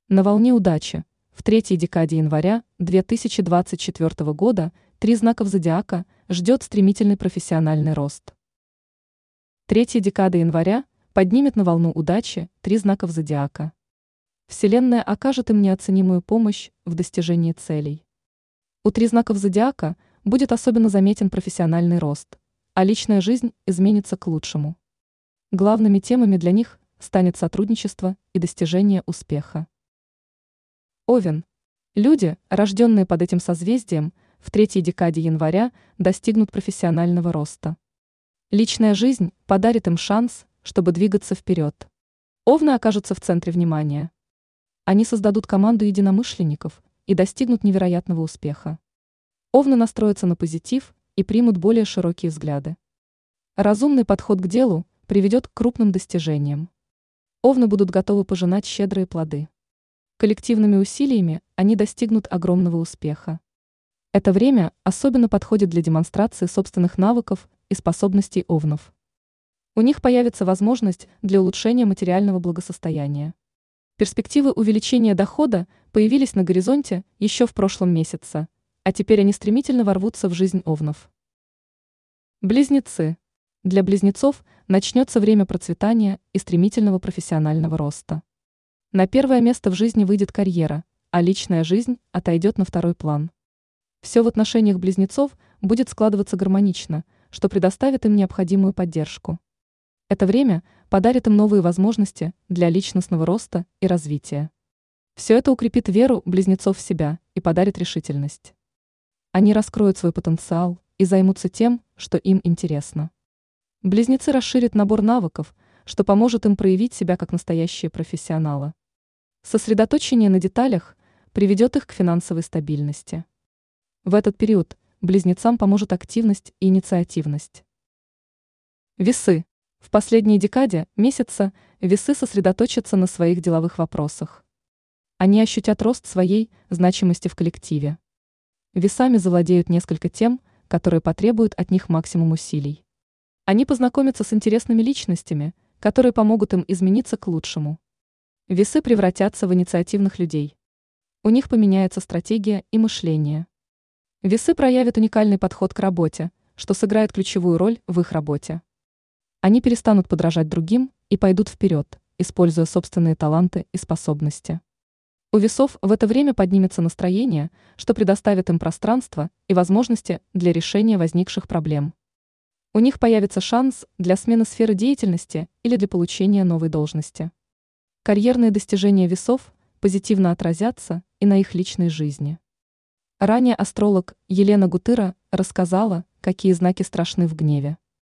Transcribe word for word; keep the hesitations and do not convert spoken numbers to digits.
На волне удачи. В третьей декаде января две тысячи двадцать четвёртого года три знаков зодиака ждет стремительный профессиональный рост. Третья декада января поднимет на волну удачи три знаков зодиака. Вселенная окажет им неоценимую помощь в достижении целей. У три знаков зодиака будет особенно заметен профессиональный рост, а личная жизнь изменится к лучшему. Главными темами для них станет сотрудничество и достижение успеха. Овен. Люди, рожденные под этим созвездием, в третьей декаде января достигнут профессионального роста. Личная жизнь подарит им шанс, чтобы двигаться вперед. Овны окажутся в центре внимания. Они создадут команду единомышленников и достигнут невероятного успеха. Овны настроятся на позитив и примут более широкие взгляды. Разумный подход к делу приведет к крупным достижениям. Овны будут готовы пожинать щедрые плоды. Коллективными усилиями они достигнут огромного успеха. Это время особенно подходит для демонстрации собственных навыков и способностей овнов. У них появится возможность для улучшения материального благосостояния. Перспективы увеличения дохода появились на горизонте еще в прошлом месяце, а теперь они стремительно ворвутся в жизнь овнов. Близнецы. Для близнецов начнется время процветания и стремительного профессионального роста. На первое место в жизни выйдет карьера, а личная жизнь отойдет на второй план. Все в отношениях близнецов будет складываться гармонично, что предоставит им необходимую поддержку. Это время подарит им новые возможности для личностного роста и развития. Все это укрепит веру близнецов в себя и подарит решительность. Они раскроют свой потенциал и займутся тем, что им интересно. Близнецы расширят набор навыков, что поможет им проявить себя как настоящие профессионалы. Сосредоточение на деталях приведет их к финансовой стабильности. В этот период близнецам поможет активность и инициативность. Весы. В последней декаде месяца весы сосредоточатся на своих деловых вопросах. Они ощутят рост своей значимости в коллективе. Весами завладеют несколько тем, которые потребуют от них максимум усилий. Они познакомятся с интересными личностями, которые помогут им измениться к лучшему. Весы превратятся в инициативных людей. У них поменяется стратегия и мышление. Весы проявят уникальный подход к работе, что сыграет ключевую роль в их работе. Они перестанут подражать другим и пойдут вперед, используя собственные таланты и способности. У весов в это время поднимется настроение, что предоставит им пространство и возможности для решения возникших проблем. У них появится шанс для смены сферы деятельности или для получения новой должности. Карьерные достижения весов позитивно отразятся и на их личной жизни. Ранее астролог Елена Гутыра рассказала, какие знаки страшны в гневе.